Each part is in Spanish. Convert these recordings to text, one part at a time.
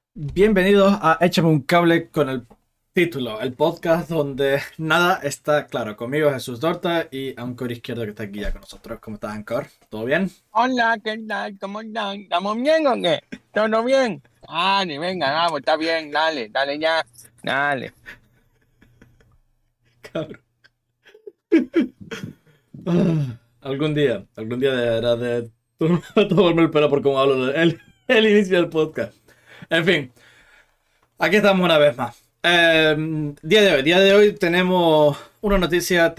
Bienvenidos a Échame un cable con el título, el podcast donde nada está claro. Conmigo Jesús Dorta y Ancor Izquierdo que está aquí ya con nosotros. ¿Cómo estás, Ancor? ¿Todo bien? Hola, ¿qué tal? ¿Cómo están? ¿Estamos bien o qué? ¿Todo bien? Dale, venga, vamos, está bien, dale, dale ya, dale. Cabrón. Algún día deberás de tomarme el pelo por cómo hablo el inicio del podcast. En fin, aquí estamos una vez más. Día de hoy tenemos una noticia,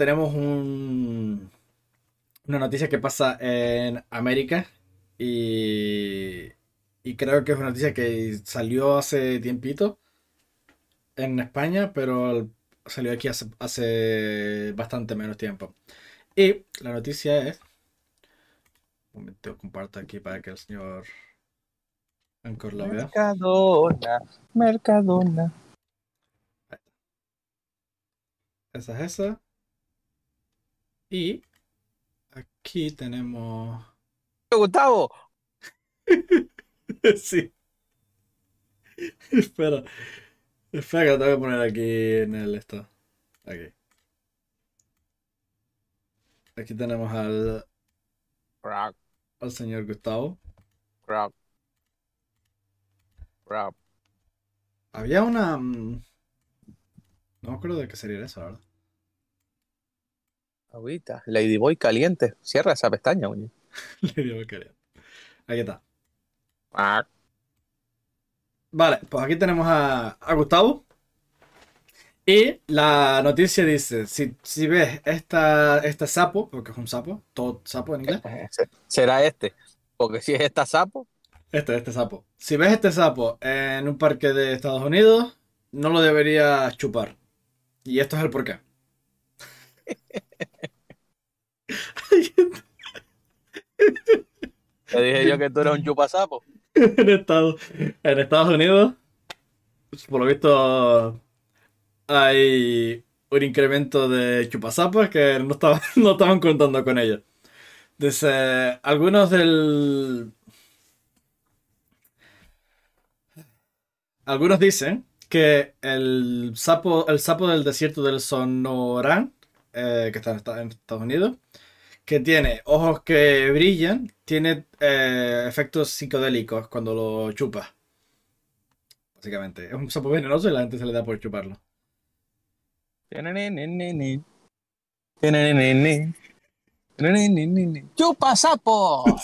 una noticia que pasa en América y, y creo que es una noticia que salió hace tiempito en España, pero salió aquí hace bastante menos tiempo. Y la noticia es, un momento, comparto aquí para que el señor Anchor la vea. Mercadona, Mercadona. Esa es esa. Y aquí tenemos... Gustavo, Sí, espera, espera que lo tengo que poner aquí en el esto. Aquí. Aquí tenemos rock, al señor Gustavo. rock, rock. Había una... no me acuerdo de qué sería eso, la verdad. Ahorita, Ladyboy caliente, cierra esa pestaña, oye. Le digo que quería. Aquí está. Rock. Vale, pues aquí tenemos a Gustavo. Y la noticia dice, si ves este sapo, porque es un sapo, todo sapo en inglés, Será este, porque si es esta sapo, este sapo. Si ves este sapo en un parque de Estados Unidos, no lo deberías chupar. Y esto es el porqué. te dije yo que tú eres un chupasapo. en, Estados, en Estados Unidos, por lo visto, hay un incremento de chupasapos que no estaban contando con ellos. Dice, algunos dicen que el sapo del desierto del Sonoran, que está en Estados Unidos, que tiene ojos que brillan, tiene efectos psicodélicos cuando lo chupa. Básicamente, es un sapo venenoso y la gente se le da por chuparlo. ¡Chupasapo!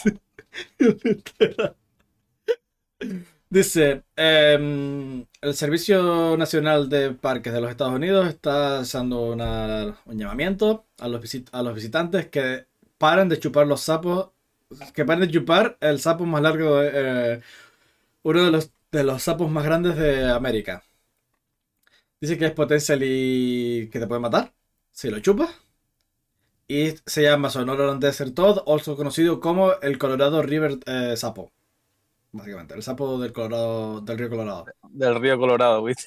Dice, el Servicio Nacional de Parques de los Estados Unidos está haciendo un llamamiento a los visitantes que paren de chupar los sapos, que paren de chupar el sapo más largo, uno de los sapos más grandes de América. Dice que es potencial y que te puede matar si lo chupas. Y se llama Sonoran Desert Toad, also conocido como el Colorado River Sapo. Básicamente, el sapo del Colorado, del río Colorado. Del río Colorado, ¿viste?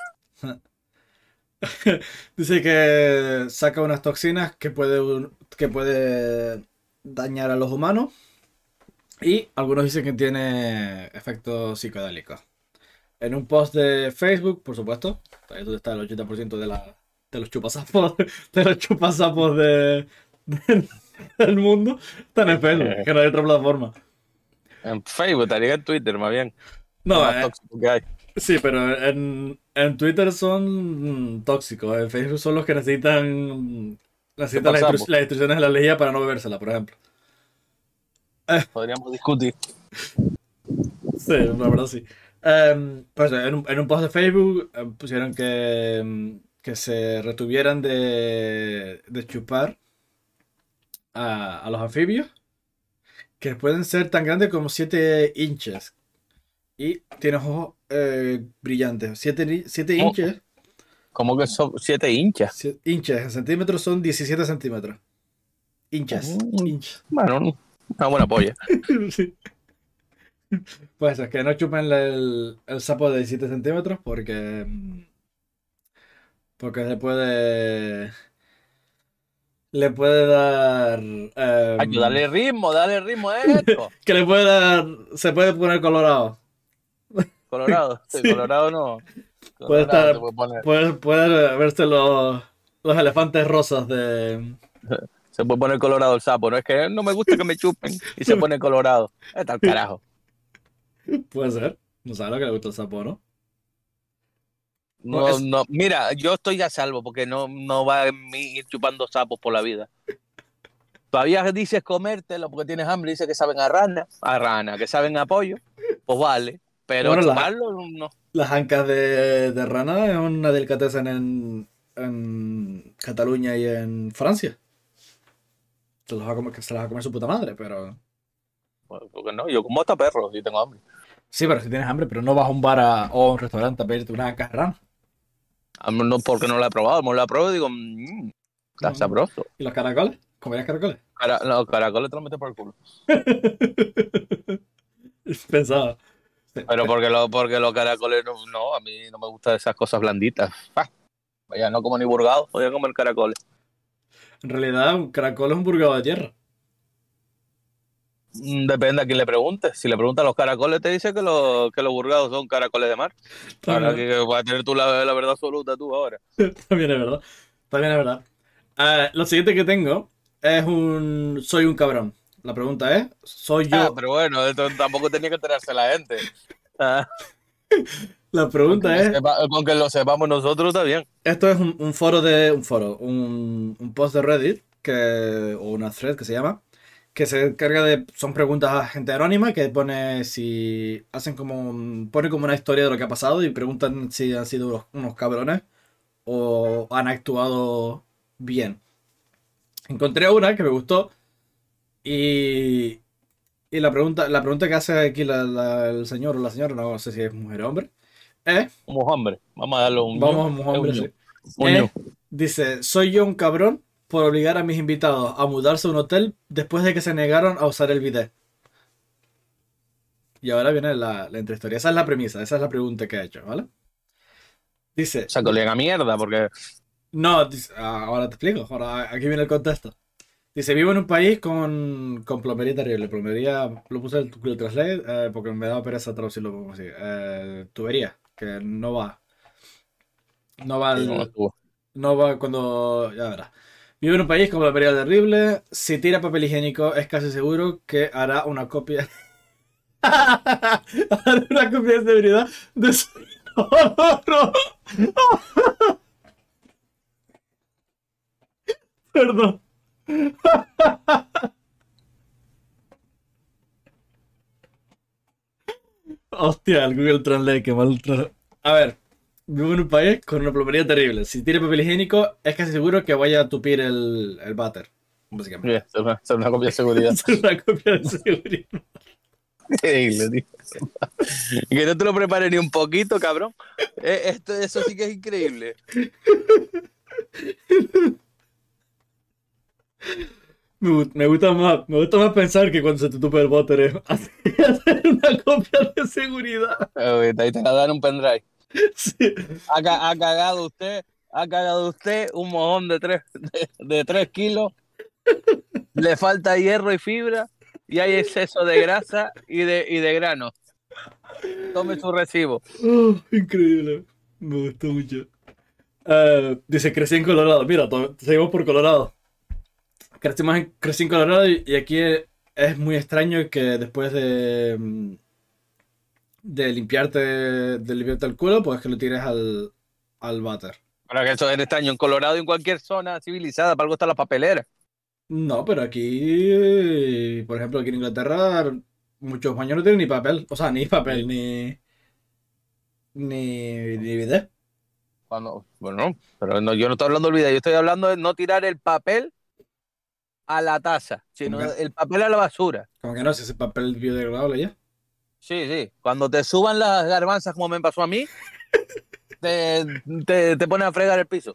Dice que saca unas toxinas que puede dañar a los humanos. Y algunos dicen que tiene efectos psicodélicos. En un post de Facebook, por supuesto, ahí es donde está el 80% de los chupasapos, de los chupasapos del mundo, están en Facebook, que no hay otra plataforma. En Facebook, estaría en Twitter, más bien. Lo No, más tóxico que hay. sí, pero en Twitter son tóxicos. En Facebook son los que necesitan Chupasapo. las instrucciones de la ley para no bebérsela, por ejemplo. Podríamos discutir. Sí, la verdad sí. Pues en un post de Facebook pusieron que se retuvieran de chupar a los anfibios, que pueden ser tan grandes como 7 inches. Y tienen ojos brillantes. 7 ¿Cómo, inches, cómo que son 7 hinchas? 7 inches en centímetros son 17 centímetros. Inches. Mm, Inch. Bueno, una buena polla. Sí. Pues es que no chupen el sapo de 17 centímetros porque le puede dar Ay, dale ritmo a esto. que le puede dar se puede poner colorado. Colorado. Sí, Sí. Colorado no. Puede Colorado se estar. puede poner. Puede verse los elefantes rosas de. Se puede poner colorado el sapo. No es que no me gusta que me chupen y se pone colorado. Está el carajo. Puede ser. No sabe lo que le gusta el sapo, ¿no? No, No, no. Mira, yo estoy a salvo porque no va en mí ir chupando sapos por la vida. Todavía dices comértelo porque tienes hambre, dices que saben a rana, que saben a pollo, pues vale. Pero bueno, chuparlo no. las ancas de rana es una delicatessen en Cataluña y en Francia. Se las va a comer su puta madre, pero. Pues, porque no, yo como hasta perro si tengo hambre. Sí, pero si tienes hambre, pero no vas a un bar o a un restaurante a pedirte una anca de rana. No porque no la he probado, me la pruebo y digo, está No, no. sabroso. ¿Y los caracoles? ¿Comerías caracoles? Los caracoles te los metes por el culo. Pensaba. Sí. Pero porque los caracoles no, a mí no me gustan esas cosas blanditas. Vaya, no como ni burgado, voy a comer caracoles. En realidad, un caracol es un burgado de tierra. Depende a quién le preguntes. Si le preguntas a los caracoles, te dice que los burgados son caracoles de mar. Ahora También, que vas a tener tú la verdad absoluta tú ahora. también es verdad. También es verdad. Lo siguiente que tengo es un. Soy un cabrón. La pregunta es: ¿soy yo? Pero bueno, esto tampoco tenía que enterarse la gente. Ah, La pregunta es: con que lo sepamos nosotros está bien. esto es un foro de. Un post de Reddit o una thread que se llama. Que se encarga de. Son preguntas a gente anónima que pone si. Hacen como. Pone como una historia de lo que ha pasado y preguntan si han sido unos cabrones o han actuado bien. Encontré una que me gustó y. Y la pregunta que hace aquí el señor o la señora, no sé si es mujer o hombre, es. Somos hombres. Vamos a darle un ñu. Vamos, Es un hombres, ñu. sí. Un ñu. Dice: soy yo un cabrón por obligar a mis invitados a mudarse a un hotel después de que se negaron a usar el bidet. Y ahora viene la entrehistoria. Esa es la premisa, esa es la pregunta que ha hecho, ¿vale? O Dice, sea, que le haga mierda, porque no, ahora te explico, ahora aquí viene el contexto. Dice, vivo en un país con plomería terrible. Plomería, lo puse en el Google Translate porque me daba pereza traducirlo como así. Tubería, que no va. No va sí, no al, estuvo. no va cuando. Ya verás. Vive en un país con plomería terrible. Si tira papel higiénico, es casi seguro que hará una copia. Hará una copia de seguridad de su inodoro. Perdón. Hostia, el Google Translate, que mal. A ver, vivo en un país con una plomería terrible. Si tira papel higiénico, es casi seguro que vaya a tupir el váter. Básicamente. Mira, es una copia de seguridad. Es una copia de seguridad. Increíble, tío. Y que no te lo prepares ni un poquito, cabrón. Eso sí que es increíble. Me gusta más pensar que cuando se te tupe el váter es hacer una copia de seguridad. Ahí te la dan un pendrive. Sí. Ha cagado usted un mojón de 3 kilos, le falta hierro y fibra, y hay exceso de grasa y de grano. Tome su recibo. Oh, increíble. Me gustó mucho. Dice, crecí en Colorado. Mira, seguimos por Colorado. Crecí en Colorado y aquí es muy extraño que después de limpiarte el culo, pues que lo tires al váter. Para que eso es extraño en Colorado y en cualquier zona civilizada, para algo está la papelera. No, pero aquí, por ejemplo, aquí en Inglaterra, muchos baños no tienen ni papel. O sea, ni papel, ni bidet. Bueno, no, pero no, yo no estoy hablando del video, yo estoy hablando de no tirar el papel a la taza, Como sino que, el papel a la basura. como que no, si ese papel biodegradable ya. Sí, sí. Cuando te suban las garbanzas, como me pasó a mí, te ponen a fregar el piso.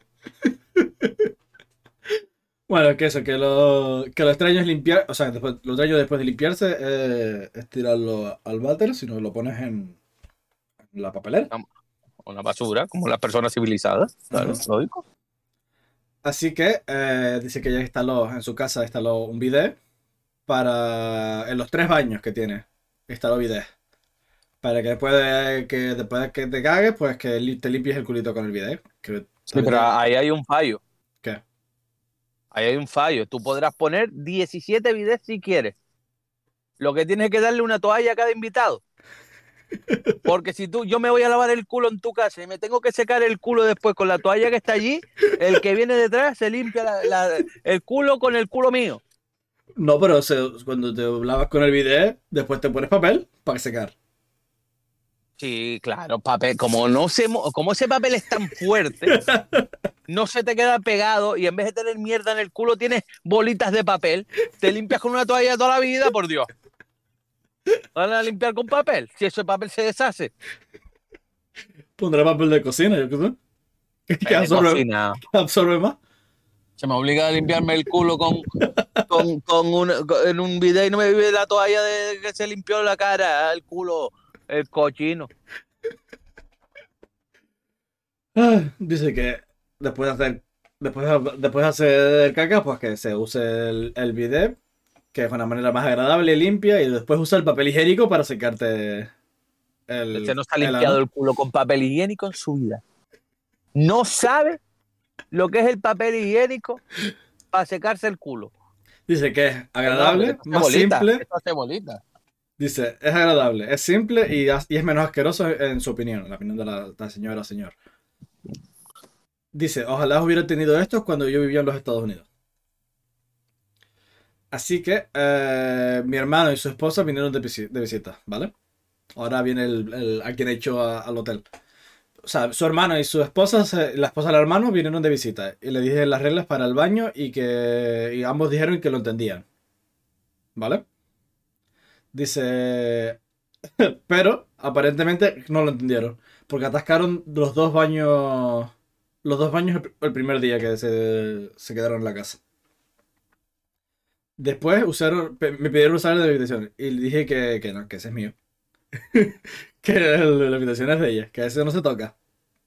Bueno, que eso, que lo extraño es limpiar, o sea, lo extraño después de limpiarse es tirarlo al váter, si no lo pones en la papelera. Una basura, como las personas civilizadas. Claro, Ujú. lógico. Así que dice que ya en su casa instaló un bidet en los 3 baños que tiene, instaló bidet. Para que después de que te cagues, pues que te limpies el culito con el bidet. Que Sí, pero ahí hay un fallo. ¿Qué? Ahí hay un fallo. Tú podrás poner 17 bidets si quieres. Lo que tienes es que darle una toalla a cada invitado. Porque si yo me voy a lavar el culo en tu casa y me tengo que secar el culo después con la toalla que está allí, el que viene detrás se limpia el culo con el culo mío. No, pero cuando te lavas con el bidet, después te pones papel para secar. Sí, claro, papel. Como ese papel es tan fuerte, no se te queda pegado y en vez de tener mierda en el culo tienes bolitas de papel, te limpias con una toalla toda la vida, por Dios. Van a limpiar con papel, si ese papel se deshace. Pondré papel de cocina, yo qué sé. Que De cocina. absorbe más. Se me obliga a limpiarme el culo en un video y no me vive la toalla de que se limpió la cara, el culo, el cochino. Dice que después de hacer caca, pues que se use el bidet, que es una manera más agradable y limpia, y después usa el papel higiénico para secarte Este no está el limpiado ano. el culo con papel higiénico en su vida. No sabe lo que es el papel higiénico para secarse el culo. Dice que es agradable, Esto hace más bolita, simple. esto hace bolita. Dice, es agradable, es simple y es menos asqueroso en su opinión, en la opinión de la señora o señor. Dice, ojalá hubiera tenido esto cuando yo vivía en los Estados Unidos. Así que mi hermano y su esposa vinieron de visita, ¿vale? Ahora viene a quien he hecho al hotel. O sea, su hermano y su esposa, la esposa del hermano, vinieron de visita. Y le dije las reglas para el baño y ambos dijeron que lo entendían. ¿Vale? Dice, pero aparentemente no lo entendieron. Porque atascaron los dos baños el primer día que se quedaron en la casa. Después me pidieron usar el de la habitación. Y le dije que no, que ese es mío. Que el de la habitación es de ella, que ese no se toca.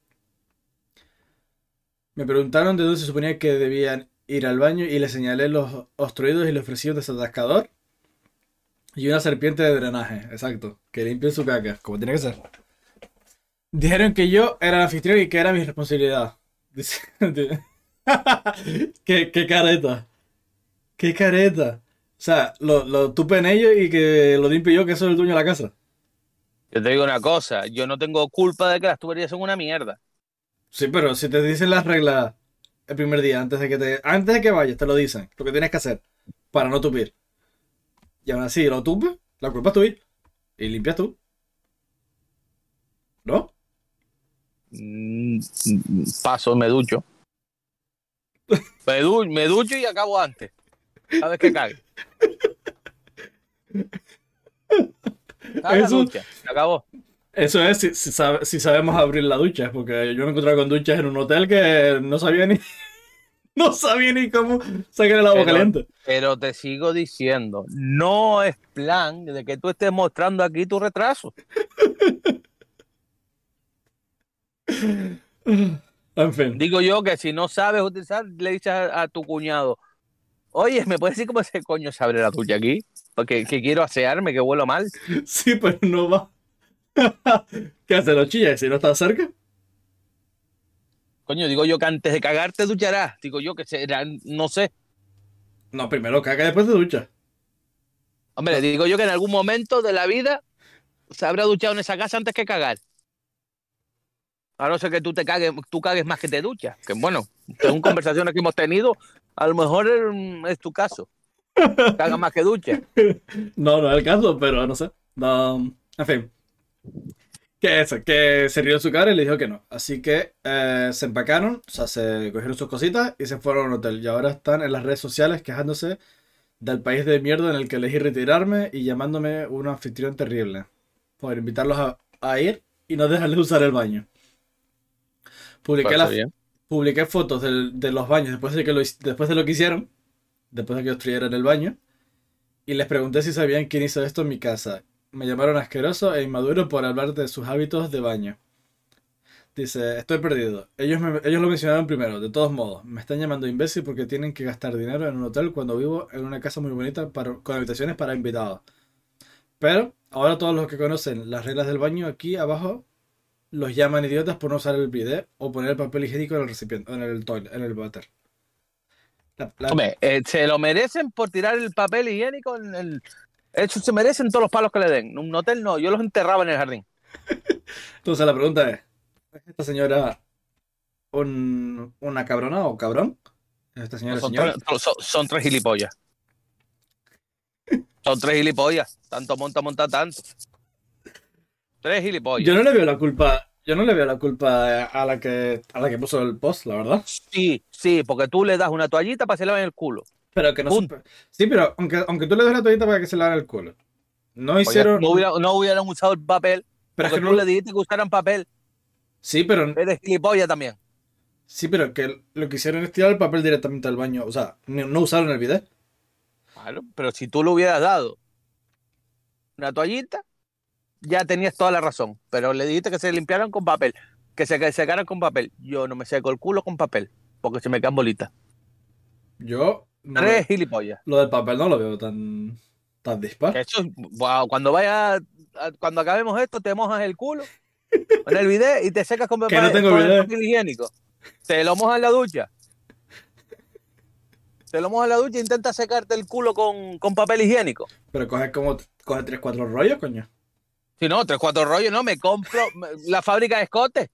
Me preguntaron de dónde se suponía que debían ir al baño y les señalé los obstruidos y le ofrecí un desatascador y una serpiente de drenaje, exacto, que limpie su caca, como tiene que ser. Dijeron que yo era el anfitrión y que era mi responsabilidad. Dice- qué careta, qué careta. O sea, lo tupen ellos y que lo limpie yo, que soy el dueño de la casa. Yo te digo una cosa, yo no tengo culpa de que las tuberías son una mierda. Sí, pero si te dicen las reglas el primer día, antes de que vayas, te lo dicen, lo que tienes que hacer para no tupir. Y aún así lo tupes, la culpa es tuya. Y limpias tú, ¿no? Paso, me ducho. Me ducho y acabo antes. ¿Sabes qué cague? Caga la Eso, ducha, se acabó. eso es si sabemos abrir la ducha, porque yo me encontraba con duchas en un hotel que no sabía ni, no sabía ni cómo sacar el agua caliente. Pero te sigo diciendo, no es plan de que tú estés mostrando aquí tu retraso. En fin, Digo yo que si no sabes utilizar, le dices a tu cuñado, oye, ¿me puedes decir cómo ese coño se abre la ducha aquí? Porque que quiero asearme, que huelo mal. sí, pero no va. ¿Qué hace los chillas si no está cerca? Coño, digo yo que antes de cagar te ducharás. Digo yo que será, no sé. No, primero caga y después de ducha. Hombre, digo yo que en algún momento de la vida se habrá duchado en esa casa antes que cagar. A no ser que tú cagues más que te duchas. Que bueno, según conversaciones que hemos tenido, a lo mejor es tu caso. Caga más que ducha. No, no es el caso, pero no sé. No, en fin. Que se rió en su cara y le dijo que no. Así que se empacaron, o sea, se cogieron sus cositas y se fueron a un hotel. Y ahora están en las redes sociales quejándose del país de mierda en el que elegí retirarme y llamándome un anfitrión terrible. Por invitarlos a ir y no dejarles usar el baño. Publiqué, Parece las, bien. publiqué fotos de los baños después de lo que hicieron, después de que obstruyeran el baño. Y les pregunté si sabían quién hizo esto en mi casa. Me llamaron asqueroso e inmaduro por hablar de sus hábitos de baño. Dice, estoy perdido. Ellos lo mencionaron primero, de todos modos. Me están llamando imbécil porque tienen que gastar dinero en un hotel cuando vivo en una casa muy bonita con habitaciones para invitados. Pero ahora todos los que conocen las reglas del baño aquí abajo los llaman idiotas por no usar el bidet o poner el papel higiénico en el recipiente, en el toilet, en el váter. Hombre, se lo merecen por tirar el papel higiénico en el... Eso se merecen todos los palos que le den. Un hotel no, yo los enterraba en el jardín. Entonces la pregunta ¿es esta señora una cabrona o cabrón? ¿Es esta señora señor? Son tres gilipollas. Son tres gilipollas. Tanto monta tanto. Tres gilipollas. Yo no le veo la culpa a la que puso el post, la verdad. Sí, porque tú le das una toallita para que se laven el culo. Pero que no se... Sí, pero aunque tú le des la toallita para que se lave el culo. No hicieron... No hubieran usado el papel. Pero porque es que tú le dijiste que usaran papel. Sí, pero... Eres gilipollas también. Sí, pero que lo que hicieron es tirar el papel directamente al baño. O sea, no usaron el bidet. Claro, pero si tú le hubieras dado una toallita, ya tenías toda la razón. Pero le dijiste que se limpiaran con papel. Que se secaran con papel. Yo no me seco el culo con papel. Porque se me caen bolitas. Yo... Tres gilipollas. Lo del papel no lo veo tan dispar. Eso, wow, cuando acabemos esto, te mojas el culo en el bidet y te secas con Que no tengo el papel higiénico. Te lo mojas en la ducha. Te lo mojas en la ducha e intenta secarte el culo con papel higiénico. Pero coge 3-4 rollos, coño. Si no, 3-4 rollos, no, me compro la fábrica de escotes.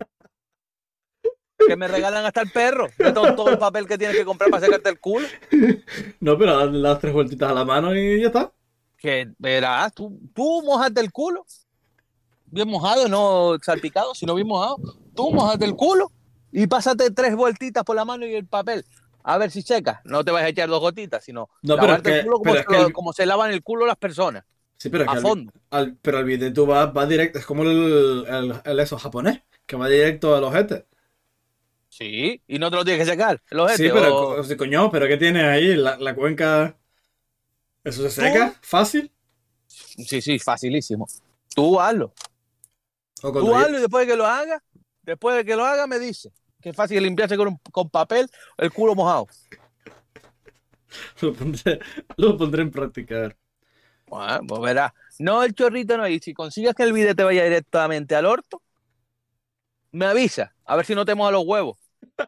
Que me regalan hasta el perro. De todo el papel que tienes que comprar para secarte el culo. No, pero dale las 3 vueltitas a la mano y ya está. Que verás, tú mojate el culo. Bien mojado, no salpicado, sino bien mojado. Tú mojate el culo y pásate 3 vueltitas por la mano y el papel. A ver si seca. No te vas a echar 2 gotitas, sino lavarte el culo como se lavan el culo las personas. Sí, pero es a fondo. Pero el bidet tú va directo. Es como el eso japonés, que va directo al ojete. Sí, y no te lo tienes que secar. El ojete, sí, pero sí, coño, pero ¿qué tienes ahí? La cuenca. ¿Eso se seca? ¿Fácil? Sí, facilísimo. Tú hazlo. Tú hazlo y después de que lo haga, me dice que es fácil limpiarse con papel el culo mojado. Lo pondré en práctica. Bueno, pues verás. No, el chorrito no. Y si consigues que el bidet te vaya directamente al orto, me avisa. A ver si no te moja los huevos.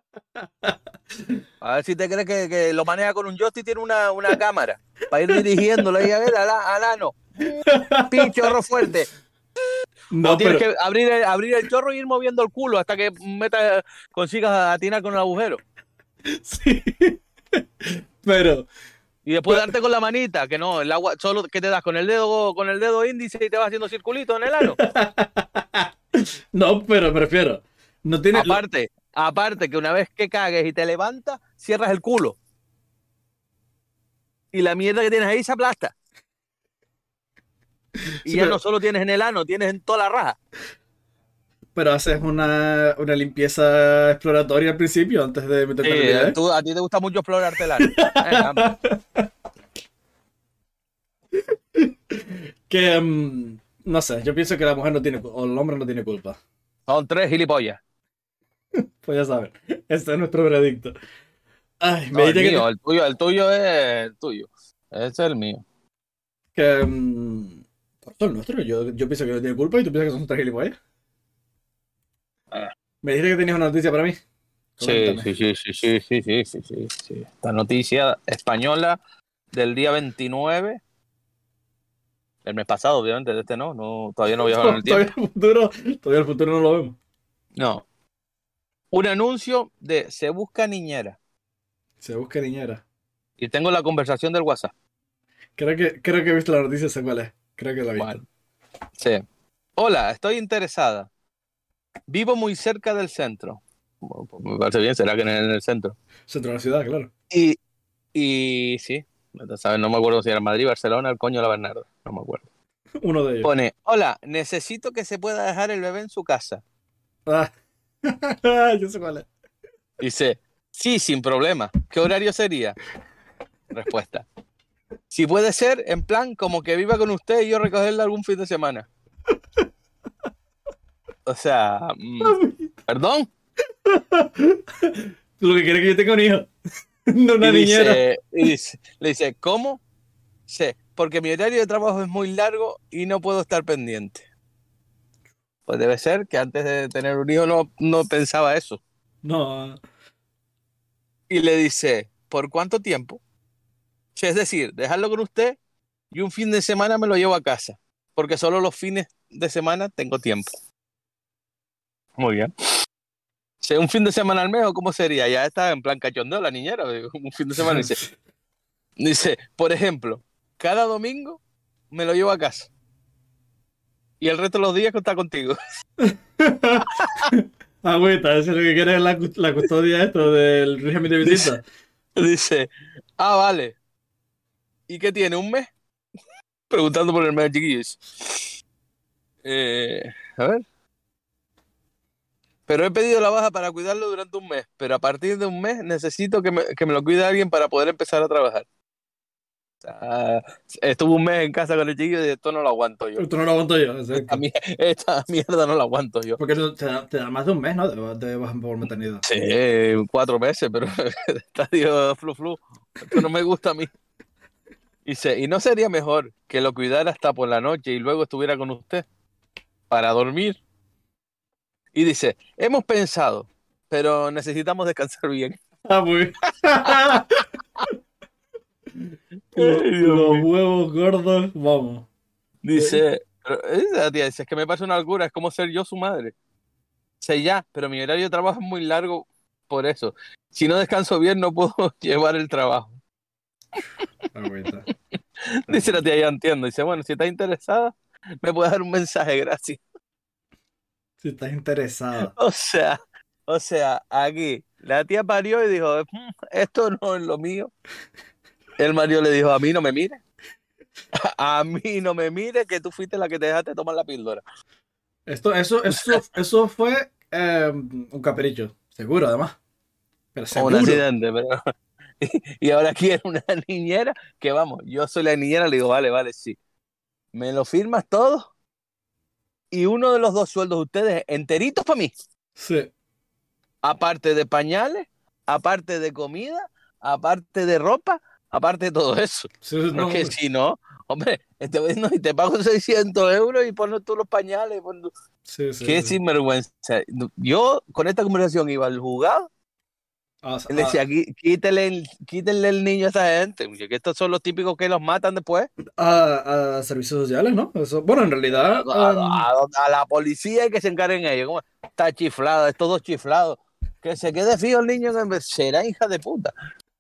A ver si te crees que lo maneja con un joystick y tiene una cámara para ir dirigiéndolo ahí a ver al ano. Pinchorro fuerte. No, tienes que abrir el chorro y ir moviendo el culo hasta que consigas atinar con el agujero. Sí. Pero. Y después darte con la manita, que no, el agua, solo que te das con el dedo índice y te vas haciendo circulitos en el ano. No, pero prefiero. No tiene. Aparte que una vez que cagues y te levantas, cierras el culo. Y la mierda que tienes ahí se aplasta. Y sí, ya no solo tienes en el ano, tienes en toda la raja. Pero haces una limpieza exploratoria al principio, antes de meterte en el bidet. A ti te gusta mucho explorarte el ano. Que, no sé, yo pienso que la mujer no tiene o el hombre no tiene culpa. Son 3 gilipollas. Pues ya saben, este es nuestro veredicto. Ay, no, el tuyo es el tuyo. Ese es el mío. Que por eso el nuestro, yo pienso que no tiene culpa y tú piensas que son 3 gilipollas. Me dijiste que tenías una noticia para mí. Sí. Esta noticia española del día 29. El mes pasado, obviamente, de este no todavía no viajaron en el tiempo. Todavía el futuro no lo vemos. No. Un anuncio de Se Busca Niñera. Se Busca Niñera. Y tengo la conversación del WhatsApp. Creo que he visto la noticia, sé cuál es. Creo que la he visto. Bueno, sí. Hola, estoy interesada. Vivo muy cerca del centro. Bueno, pues me parece bien, será que en el centro. Centro de la ciudad, claro. Y sí, ¿sabes? No me acuerdo si era Madrid, Barcelona, el coño de la Bernarda. No me acuerdo. Uno de ellos. Pone, hola, necesito que se pueda dejar el bebé en su casa. Yo sé cuál es. Dice, sí, sin problema. ¿Qué horario sería? Respuesta. Si puede ser, en plan, como que viva con usted y yo recogerla algún fin de semana. O sea, ¿perdón? Lo que quiere que yo tenga un hijo. No una niñera. Le dice, ¿cómo? Sí, porque mi horario de trabajo es muy largo y no puedo estar pendiente. Pues debe ser que antes de tener un hijo no pensaba eso. No, Y le dice, ¿por cuánto tiempo? Sí, es decir, dejarlo con usted y un fin de semana me lo llevo a casa, porque solo los fines de semana tengo tiempo. Muy bien. Si un fin de semana al mes, ¿o cómo sería? Ya está en plan cachondeo la niñera, un fin de semana. Dice, por ejemplo, cada domingo me lo llevo a casa y el resto de los días que está contigo. agüita, eso es lo que quiere es la custodia esto del régimen de Dice, visita. dice, vale. ¿Y qué tiene? ¿Un mes? Preguntando por el mes, chiquillos. A ver. Pero he pedido la baja para cuidarlo durante un mes, pero a partir de un mes necesito que me lo cuide alguien para poder empezar a trabajar. O sea, estuve un mes en casa con el chiquillo y esto no lo aguanto yo. Esto no lo aguanto yo, exacto. Esta mierda no la aguanto yo. Porque te da más de un mes, ¿no? De baja por maternidad. Sí, 4 meses, pero está tío flu. Esto no me gusta a mí. Y no sería mejor que lo cuidara hasta por la noche y luego estuviera con usted para dormir. Y dice, hemos pensado, pero necesitamos descansar bien. Ah, muy. Ay, Dios Los mío. huevos gordos, vamos. Dice, pero esa tía dice, es que me parece una locura, es como ser yo su madre. Sé ya, pero mi horario de trabajo es muy largo por eso. Si no descanso bien, no puedo llevar el trabajo. Agüita. Dice la tía, ya entiendo. Dice, bueno, si estás interesada, me puedes dar un mensaje, gracias. Si estás interesada. O sea, aquí la tía parió y dijo, esto no es lo mío. El marido le dijo, a mí no me mire. A mí no me mire, que tú fuiste la que te dejaste tomar la píldora. Eso fue un capricho. Seguro, además. Pero O un seguro. accidente, pero... Y ahora quiere una niñera, que vamos, yo soy la niñera, le digo, vale, sí. ¿Me lo firmas todo? Y uno de los 2 sueldos de ustedes enteritos para mí. Sí. Aparte de pañales, aparte de comida, aparte de ropa, aparte de todo eso. Sí, no, Porque hombre. si no, hombre, no, y te pago 600 euros y pones tú los pañales. Sí, sí, Qué sí. sinvergüenza. Yo con esta conversación iba al juzgado Ah, y le decía, quítenle el niño a esa gente, que estos son los típicos que los matan después. a servicios sociales, ¿no? Eso, bueno, en realidad, A la policía y que se encarguen ellos. ¿Cómo está chiflado? Es todo chiflado. Que se quede fijo el niño, que será hija de puta.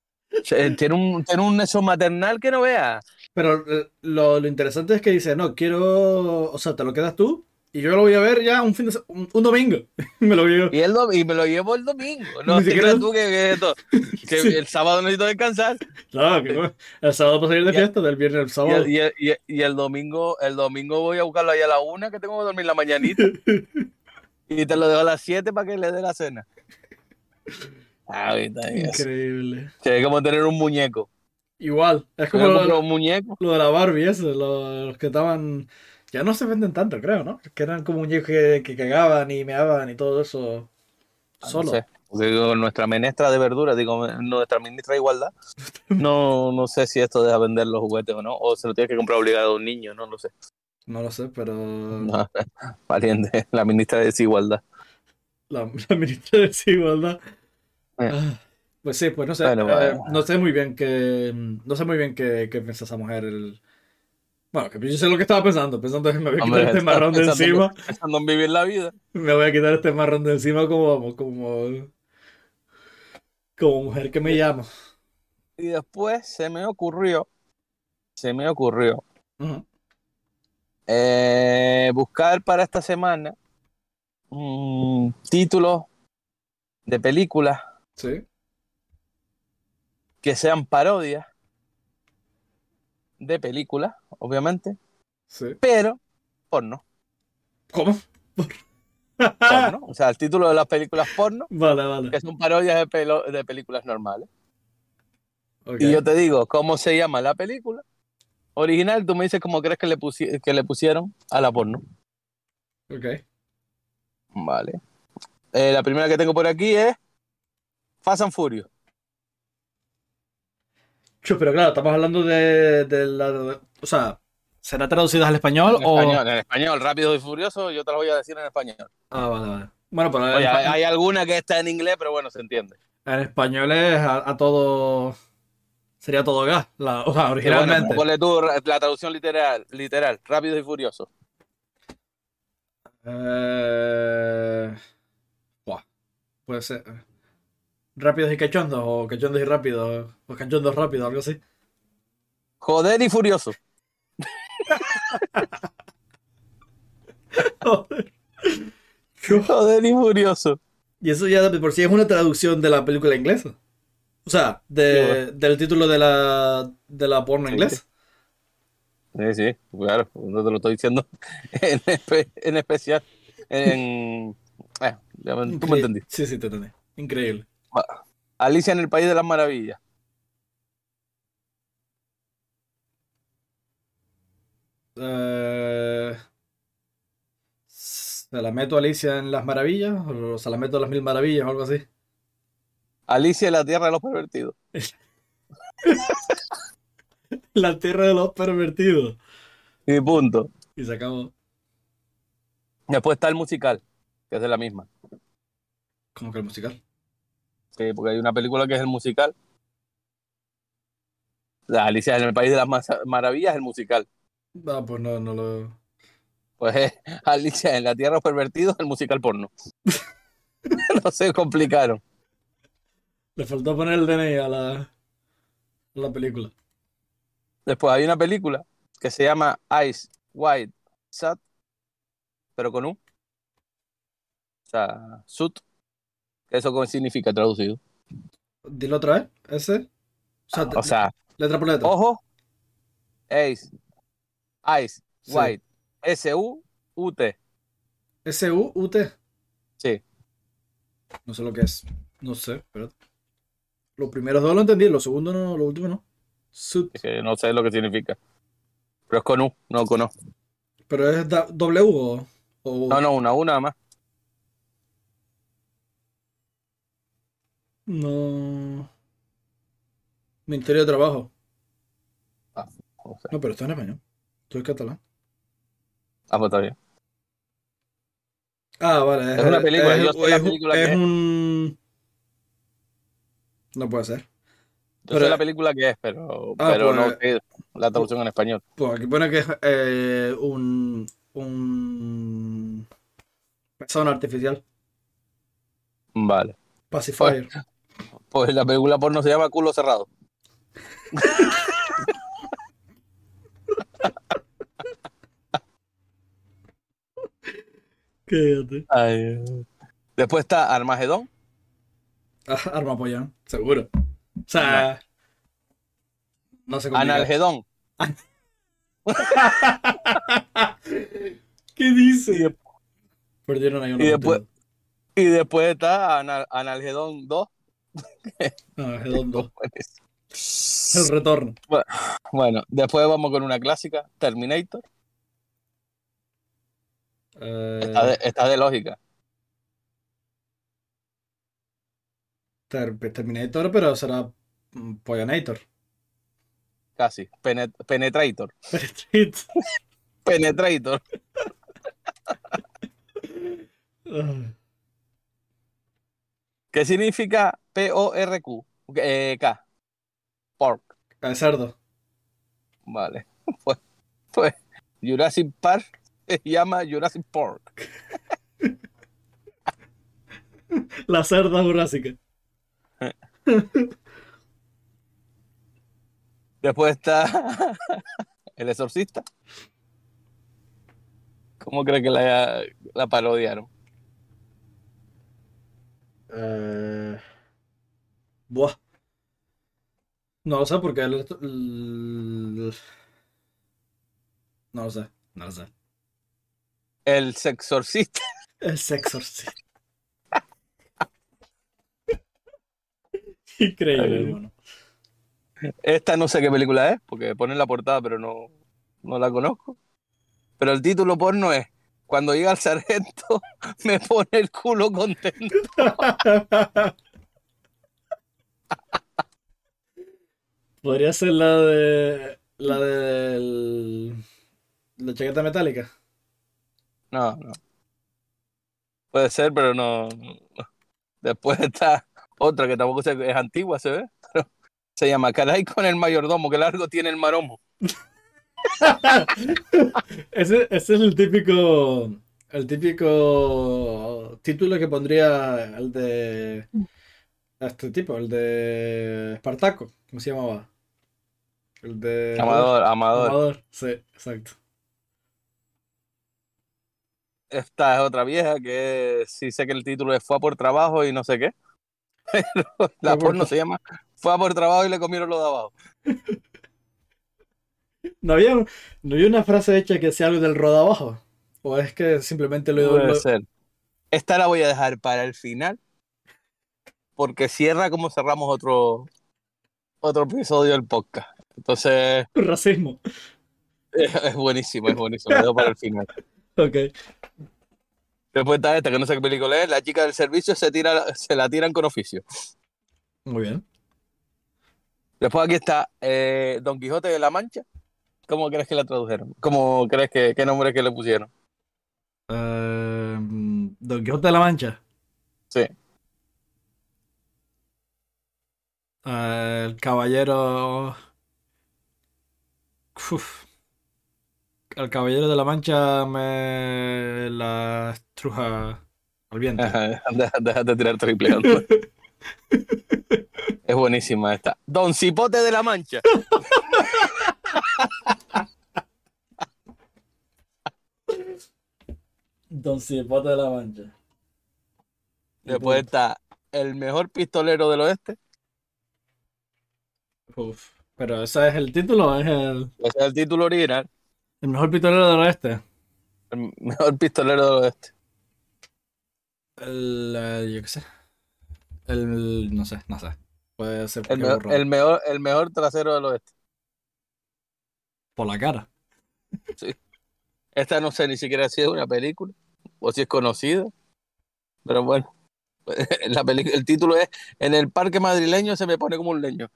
Tiene un eso maternal que no vea. pero lo interesante es que dice, no, quiero, o sea, te lo quedas tú y yo lo voy a ver ya un domingo. Me lo veo. Y me lo llevo el domingo. No Ni te siquiera. creas tú que Sí. el sábado necesito descansar. Claro, que no. El sábado para salir de Y, fiesta, del viernes al sábado. y el domingo voy a buscarlo ahí a la 1, que tengo que dormir la mañanita. Y te lo dejo a las 7 para que le dé la cena. Ahorita eso. Increíble. Es como tener un muñeco. Igual, es Yo como me compro un muñeco. lo de la Barbie, eso, los que estaban. Ya no se venden tanto, creo, ¿no? Que eran como muñecos que cagaban y meaban y todo eso No solo. sé. Porque digo, nuestra ministra de verduras, digo, nuestra ministra de igualdad, no sé si esto deja vender los juguetes o no, o se lo tiene que comprar obligado a un niño, no lo sé. No lo sé, pero No, valiente, la ministra de desigualdad. la ministra de Desigualdad. Eh, Ah, pues sí, pues no sé. Bueno, pues, No sé muy bien qué. No sé muy bien qué piensa esa mujer. Bueno, que yo sé lo que estaba pensando. Pensando que me voy a quitar hombre, este estás marrón de encima. pensando en vivir la vida. Me voy a quitar este marrón de encima como mujer que me llamo. Y después se me ocurrió Ujú. buscar para esta semana títulos de películas Sí, que sean parodias de películas, obviamente, sí. pero porno. ¿Cómo? Porno, o sea, el título de las películas porno, Vale, vale. que son parodias de películas normales. Y Ok, yo te digo cómo se llama la película original, tú me dices cómo crees que le pusieron a la porno. ok. Vale. La primera que tengo por aquí es Fast and Furious. Pero claro, estamos hablando de la... O sea, ¿será traducidas al español o...? En español, Rápido y Furioso, yo te lo voy a decir en español. Ah, vale, vale. Bueno, pero Oye, hay alguna que está en inglés, pero bueno, se entiende. en español es a todo... Sería todo gas, o sea, Y bueno, originalmente. ponle tú la traducción literal, Rápido y Furioso. Buah, puede ser rápidos y cachondos, o cachondos y rápidos, o cachondos rápidos, algo así. Joder y Furioso. Joder. Joder y Furioso. Y eso ya de por sí es una traducción de la película inglesa. O sea, Sí, bueno. del título de la porno Sí, inglesa. sí, claro, no te lo estoy diciendo en especial. Tú me entendiste. Sí, sí, te entendí. Increíble. Alicia en el País de las Maravillas. Eh, ¿Se la meto a Alicia en las maravillas? ¿O se la meto a las mil maravillas o algo así? Alicia en la Tierra de los Pervertidos. La tierra de los pervertidos. Y punto. Y se acabó. Después está el musical, que es de la misma. ¿Cómo que el musical? Sí, porque hay una película que es el musical. La Alicia en el País de las Maravillas, el musical. Ah, pues no, no lo. Pues es Alicia en la Tierra de los Pervertidos, el musical porno. No se complicaron. Le faltó poner el DNI a la película. Después hay una película que se llama Ice White Sat, pero con U. O sea, Sut. ¿Eso qué significa traducido? Dilo otra vez, ese. O sea, O sea, letra por letra. ojo, Ice Sí. White, S-U-U-T. S-U-U-T. Sí, No sé lo que es. No sé, espérate. Los primeros dos lo entendí, los segundos no, los últimos no. Suit. es que no sé lo que significa. Pero es con U, no con O. Pero es W o. No, una nada más. No. Ministerio de Trabajo. Ah, no sé. No, pero esto es en español. Esto es catalán. Pues está bien. Ah, vale. Es una película, yo sé la película Es que es. un. No puede ser. Yo Pero. sé la película que es, pero, Ah, pero no pues. sé la Pues, traducción en español. pues aquí pone que es un. Persona artificial. Vale. Pues, Pacifier. pues la película porno se llama Culo Cerrado. Quédate. Ay. Después está Armagedón. Ah, arma apoyan, seguro. O No. sea, no se complica. Analgedón. ¿Qué Y, dice? de- Perdieron ahí y unos después, últimos. y después está Analgedón 2. Ah, redondo. El retorno. Bueno, después vamos con una clásica, Terminator. Eh, Está de lógica. Terminator, pero será Pollanator. Casi. Penetrator. Penetrate. Penetrator. Ah, ¿Qué significa P-O-R-Q? K. Pork. el cerdo. Vale. Pues, pues Jurassic Park se llama Jurassic Park. La cerda jurásica. Después está El Exorcista. ¿Cómo cree que la parodiaron? Eh, buah. No lo sé porque no lo sé. No lo sé. El Sexorcista. El Sexorcist. Increíble, hermano. Esta no sé qué película es, porque pone la portada, pero no la conozco. Pero el título porno es Cuando llega el sargento, me pone el culo contento. Podría ser la de. La chaqueta metálica. No, no. Puede ser, pero no. Después está otra que tampoco es antigua, se ve. Pero se llama Caray con el mayordomo, que largo tiene el maromo. Ese es el típico. El típico título que pondría el de. Este tipo, el de Espartaco. ¿Cómo se llamaba? El de. Joder, Amador, Amador. Amador. Sí, exacto. Esta es otra vieja que sí sé que el título es Fue a por trabajo y no sé qué. Fue La por porno se llama Fue a por trabajo y le comieron lo de abajo. ¿No había, no había una frase hecha que sea algo del rodabajo? ¿O es que simplemente Puede ser. Esta la voy a dejar para el final porque cierra como cerramos otro episodio del podcast. Entonces, racismo? es buenísimo, es buenísimo. Lo dejo para el final. Ok, Después está esta, que no sé qué película es. La chica del servicio se la tiran con oficio. muy bien. Después aquí está Don Quijote de la Mancha. ¿Cómo crees que la tradujeron? ¿Cómo crees qué nombre que le pusieron? Don Quijote de la Mancha. Sí. El caballero. Uf, el caballero de la Mancha me la estruja al viento. Déjate tirar triple. Es buenísima esta. Don Cipote de la Mancha. Don Cipote de la Mancha. Después está el mejor pistolero del oeste. Uf, pero ese es el título, ¿o es Ese es el título original. el mejor pistolero del oeste? El mejor pistolero del oeste. Yo qué sé. No sé, no sé. Puede ser El, cualquier burrada. el mejor trasero del oeste. Por la cara. Sí. Esta no sé ni siquiera si es una película o si es conocida. Pero bueno. El título es En el parque madrileño se me pone como un leño.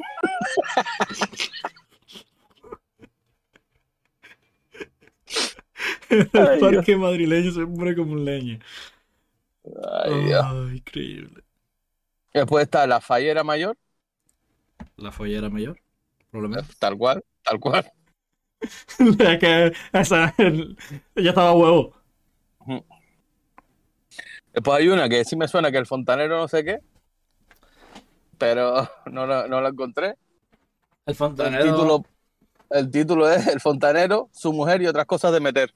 El Ay, Dios. parque madrileño se pone como un leño. Ay, Dios. Increíble. Después está La Fallera Mayor. La follera mayor, probablemente. Tal cual, tal cual. Es que ya estaba huevo. Después hay una que sí me suena, que el fontanero no sé qué, pero no la encontré. El El fontanero. título, el título es El fontanero, su mujer y otras cosas de meter.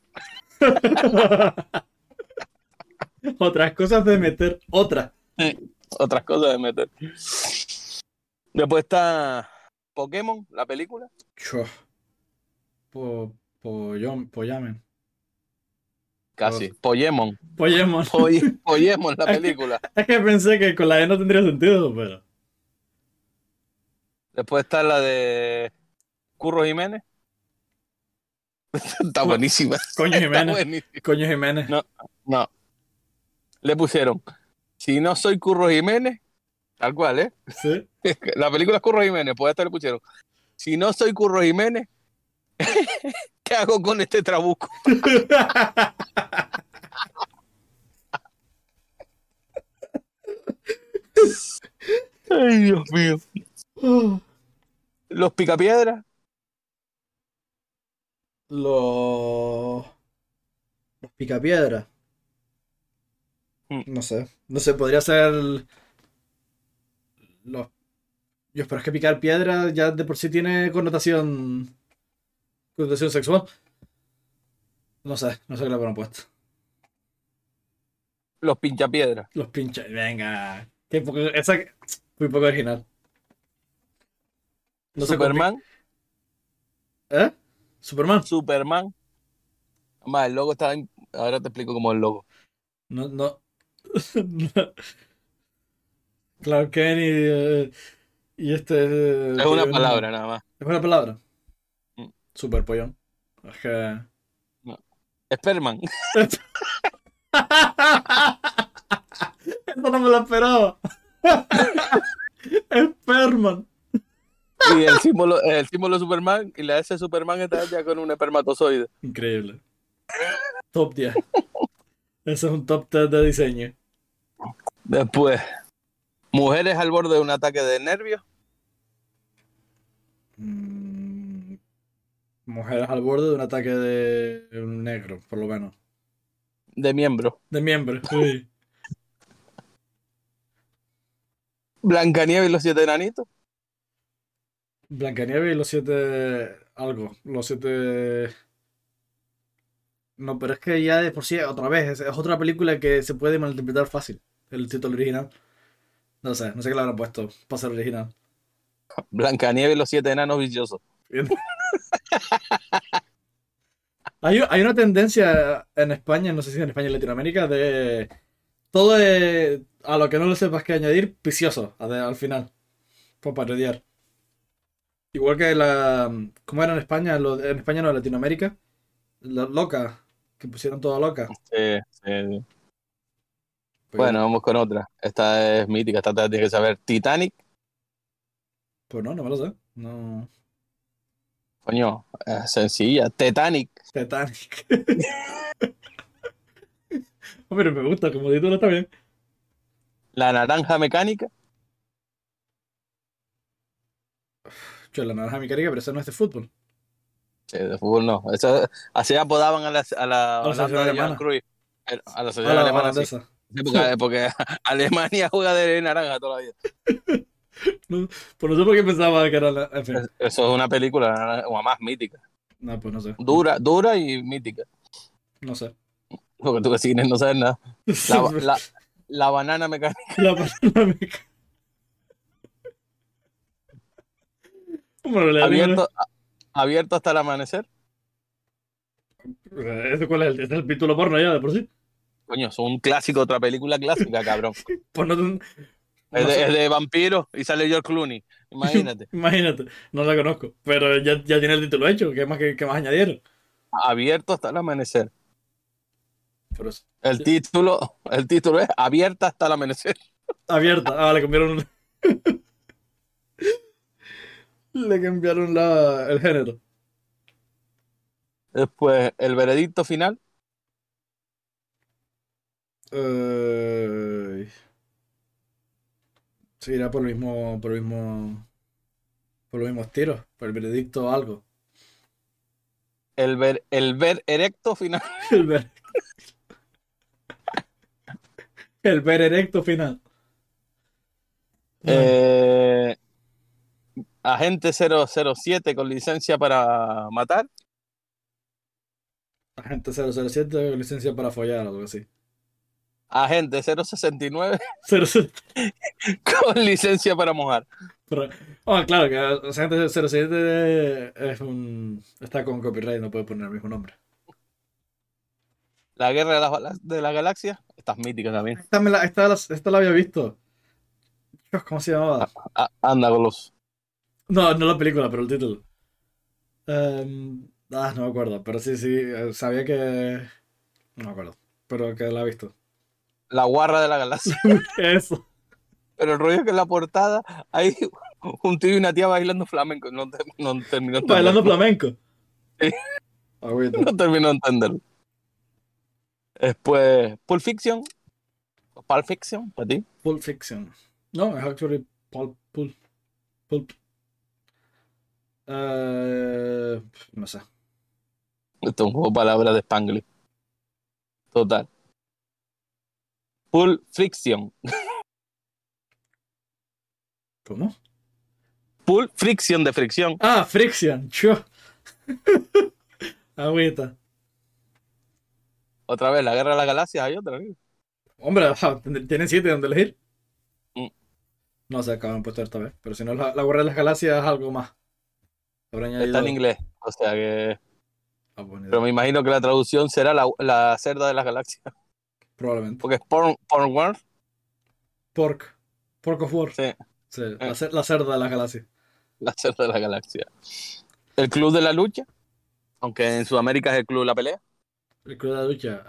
Otras cosas de meter. Otra. Otras cosas de meter. Después está Pokémon, la película. Chua. Poyamen. Casi. Poyemon. Poyemon. Poyemon, la película. Es que pensé que con la E no tendría sentido, pero. Después está la de Curro Jiménez. Está buenísima. Coño Está Jiménez. buenísima. Coño Jiménez. No. Le pusieron, si no soy Curro Jiménez, tal cual, ¿eh? Sí. La película es Curro Jiménez, pues esta le pusieron, si no soy Curro Jiménez, ¿qué hago con este trabuco? Ay, Dios mío. Los Picapiedras. Los. Los picapiedras. No sé. No sé, podría ser. Los. Yo espero que picar piedra ya de por sí tiene connotación. Connotación sexual. No sé qué le habrán puesto. Los Pinchapiedras. Los pinches. Venga. Qué poco, esa. Muy poco original. No sé Superman. ¿Eh? Superman. Superman. Además, el logo está... Ahora te explico cómo es el logo. No. Clark Kent y este. Es una palabra nada más. Es una palabra. Mm. Super pollón. Es que. No. Sperman. Eso no me lo esperaba. Sperman. Y el símbolo de Superman y la S de Superman está ya con un espermatozoide. Increíble. Top 10. Ese es un top 10 de diseño. Después, mujeres al borde de un ataque de nervios. Mujeres al borde de un ataque de un negro, por lo menos. De miembros. De miembro, sí. Blancanieves y los 7 enanitos. Blancanieves y los 7... Algo. Los 7... No, pero es que ya de por sí, otra vez, es otra película que se puede malinterpretar fácil. El título original. No sé qué le habrán puesto para ser original. Blancanieves y los 7 enanos viciosos. Hay una tendencia en España, no sé si en España y Latinoamérica, de todo a lo que no le sepas que añadir, vicioso al final, para parodiar. Igual que ¿cómo era en España? En España no, en Latinoamérica, la loca, que pusieron toda loca. Sí, sí. Pues, Bueno, vamos con otra. Esta es mítica, esta te la tienes que saber. Titanic, pues no me lo sé. No. coño, sencilla. Titanic, Titanic. Hombre, me gusta, como título está bien. la naranja mecánica. Yo, la naranja mecánica, pero eso no es de fútbol. Sí, de fútbol no. Eso, así apodaban a la A la selección Holanda de Johan alemana. Cruyff. A la A sociedad la alemana, sí. holandesa. Sí, porque Alemania juega de naranja toda la vida. No, pues no sé por qué pensaba que era en fin. Eso es una película o más mítica. No, pues no sé. Dura y mítica. No sé. Porque tú que cines no sabes nada. La banana mecánica. La banana mecánica. Bueno, Abierto hasta el amanecer. ¿Eso cuál es? ¿Es el título porno ya de por sí? Coño, es un clásico, otra película clásica, cabrón. Pues no Es sé. de vampiros y sale George Clooney. Imagínate. Imagínate, no la conozco. Pero ya tiene el título hecho. ¿Qué más añadieron? Abierto hasta el amanecer. Pero El título es Abierta hasta el amanecer. abierta. Ah, le cambiaron el género. Después, el veredicto final. Se irá por los mismos tiros, por el veredicto o algo. El ver erecto final. El ver, el ver erecto final. Eh, Agente 007 con licencia para matar. Agente 007, licencia para follar o algo así. Agente 069 007. con licencia para mojar. Claro, que Agente 07 está con copyright, no puede poner el mismo nombre. La guerra de la galaxia. Esta es mítica también. Esta la había visto. Dios, ¿cómo se llamaba? Anda con los. No la película, pero el título. No me acuerdo, pero sí, sabía que... No me acuerdo, pero que la he visto. La guarra de la galaxia. Eso. Pero el rollo es que en la portada hay un tío y una tía bailando flamenco. No terminó de Bailando entenderlo. flamenco. Sí. Agüita. No terminó de entenderlo. Después, Pulp Fiction. Pulp Fiction, para ti. Pulp Fiction. No, es actually Pulp. No sé. Esto es un juego de palabras de Spanglish. Total. Pulp Friction. ¿Cómo? Pulp Friction de fricción. Ah, Friction. Chua. Agüita. Otra vez, la guerra de las galaxias hay otra. ¿Eh? Hombre, tienen 7 donde elegir. Mm. No sé, acaban puesto esta vez. Pero si no, la Guerra de las Galaxias es algo más. Habrán Está en añadido. inglés. O sea que. Buena Pero idea. me imagino que la traducción será la cerda de las galaxias. Probablemente. Porque es porn world. Pork of War. Sí, Sí, la cerda de las galaxias. la cerda de la galaxia. El club de la lucha. Aunque en Sudamérica es el club de la pelea. El club de la ducha.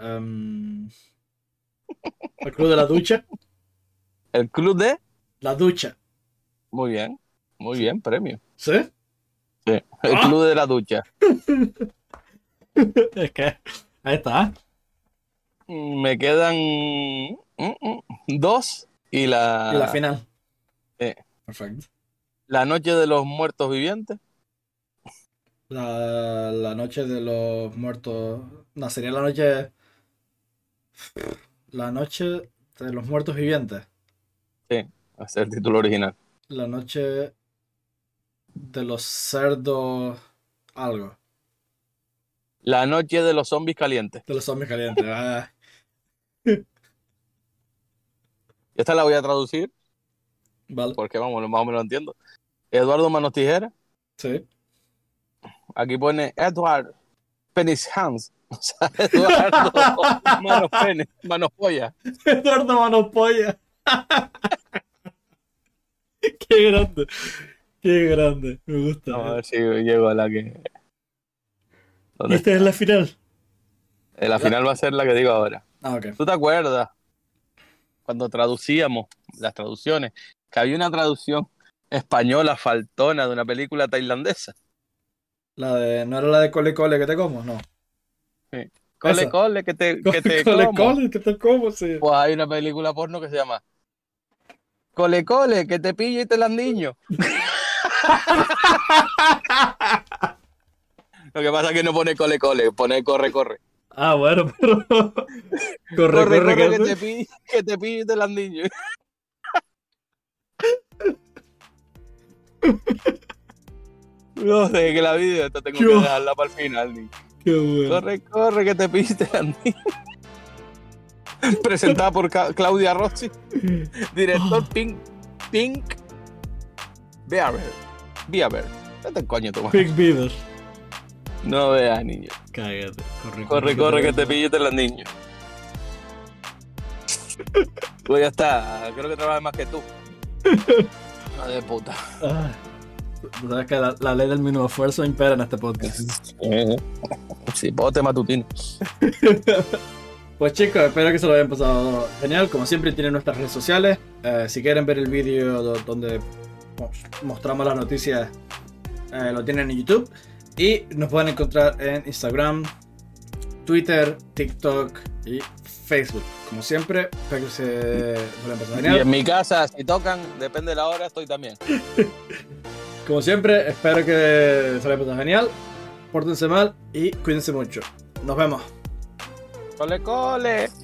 El club de la ducha. El club de. La ducha. Muy bien, premio. ¿Sí? Sí, el Ah. club de la ducha. Es que ahí está. Me quedan 2 y Y la la, final. eh, Perfecto. la noche de los muertos vivientes. La noche de los muertos. No, sería la noche. La noche de los muertos vivientes. Sí, ese es el título original. La noche de los cerdos. Algo. La noche de los zombies calientes. De los zombies calientes. Ah, Esta la voy a traducir vale. porque vamos, más o menos lo entiendo. Eduardo Manos Tijera. Sí. Aquí pone Edward Penis Hands. O sea, Eduardo Manos Pene, Manos Polla. Eduardo Manopolla. Qué grande. Qué grande. Me gusta. Vamos a ver si llego a la que. Y ¿Dónde esta es está? la final. La final va a ser la que digo ahora. Ah, ok. ¿Tú te acuerdas cuando traducíamos las traducciones? Que había una traducción española faltona de una película tailandesa. La de. ¿No era la de Cole Cole que te como? No. Sí. Cole, Esa. cole, que te Cole clomo. Cole que te como, sí. Pues hay una película porno que se llama Cole, cole, que te pillo y te las niño. Lo que pasa es que no pone cole, cole, pone corre, corre. Ah, bueno, pero. Corre, Corre, corre, corre, que que te pillo y te las niño. No sé, que la video esta tengo que Yo. dejarla para el final. Ni. Qué bueno. Corre, corre, que te pillo y te las niño. Presentada por Claudia Rossi. Director Pink Beaver. Vete el coño, tu madre. Big Beaver. No veas, niño. Cállate. Corre, corre, que te pillo y te las niño. Pues ya está, creo que trabajas más que tú. Hijo de puta. Ah, tú sabes que la ley del mínimo esfuerzo impera en este podcast. Sí, pote matutino. Pues chicos, espero que se lo hayan pasado genial. Como siempre tienen nuestras redes sociales. Si quieren ver el vídeo donde mostramos las noticias, lo tienen en YouTube. Y nos pueden encontrar en Instagram, Twitter, TikTok y Facebook. Como siempre, espero que se lo hayan pasado Y genial. en mi casa, si tocan, depende de la hora, estoy también. Como siempre, espero que se lo hayan pasado genial. Pórtense mal y cuídense mucho. Nos vemos. Cole, cole.